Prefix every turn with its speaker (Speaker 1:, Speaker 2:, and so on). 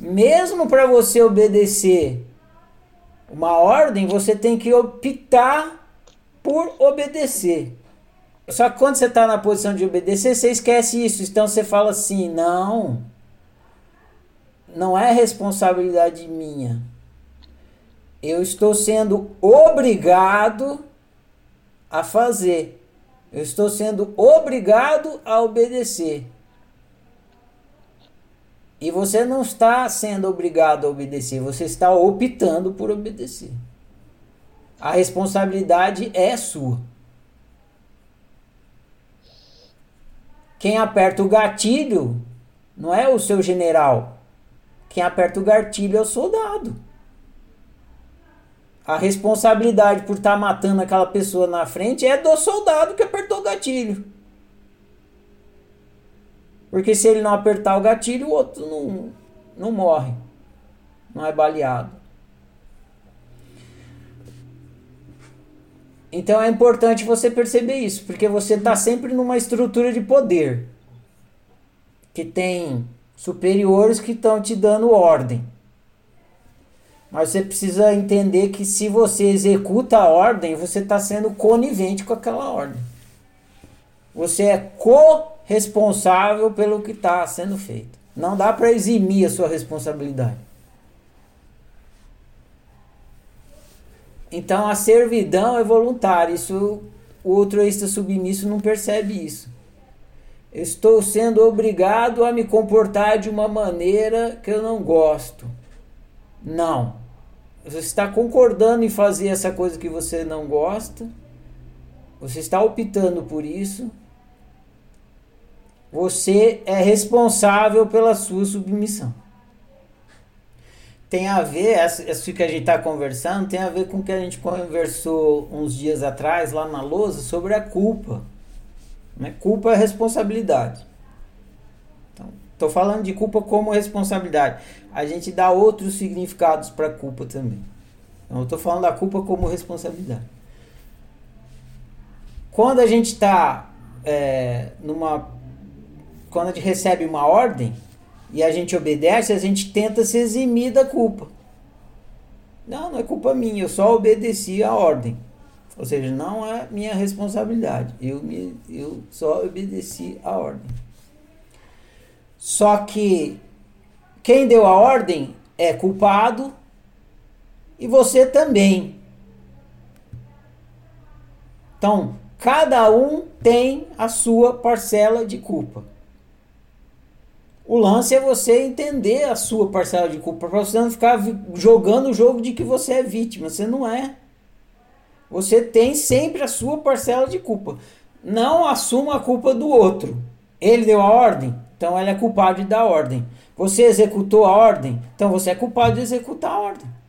Speaker 1: Mesmo para você obedecer uma ordem, você tem que optar por obedecer. Só que quando você está na posição de obedecer, você esquece isso. Então você fala assim: não, não é responsabilidade minha. Eu estou sendo obrigado a fazer. Eu estou sendo obrigado a obedecer. E você não está sendo obrigado a obedecer, você está optando por obedecer. A responsabilidade é sua. Quem aperta o gatilho não é o seu general. Quem aperta o gatilho é o soldado. A responsabilidade por estar matando aquela pessoa na frente é do soldado que apertou o gatilho. Porque se ele não apertar o gatilho, o outro não morre. Não é baleado. Então é importante você perceber isso, porque você está sempre numa estrutura de poder. Que tem superiores que estão te dando ordem. Mas você precisa entender que se você executa a ordem, você está sendo conivente com aquela ordem. Você é corresponsável pelo que está sendo feito. Não dá para eximir a sua responsabilidade. Então a servidão é voluntária. Isso, o altruísta submisso não percebe isso. Estou sendo obrigado a me comportar de uma maneira que eu não gosto. Não. Você está concordando em fazer essa coisa que você não gosta. Você está optando por isso. Você é responsável pela sua submissão. Tem a ver, isso que a gente está conversando, tem a ver com o que a gente conversou uns dias atrás, lá na lousa, sobre a culpa. Né? Culpa é responsabilidade. Então, estou falando de culpa como responsabilidade. A gente dá outros significados para a culpa também. Então, eu estou falando da culpa como responsabilidade. Quando a gente está quando a gente recebe uma ordem e a gente obedece, a gente tenta se eximir da culpa. Não é culpa minha, eu só obedeci a ordem. Ou seja, não é minha responsabilidade. Eu só obedeci a ordem. Só que quem deu a ordem é culpado e você também. Então, cada um tem a sua parcela de culpa. O lance é você entender a sua parcela de culpa, para você não ficar jogando o jogo de que você é vítima. Você não é. Você tem sempre a sua parcela de culpa. Não assuma a culpa do outro. Ele deu a ordem, então ele é culpado de dar a ordem. Você executou a ordem, então você é culpado de executar a ordem.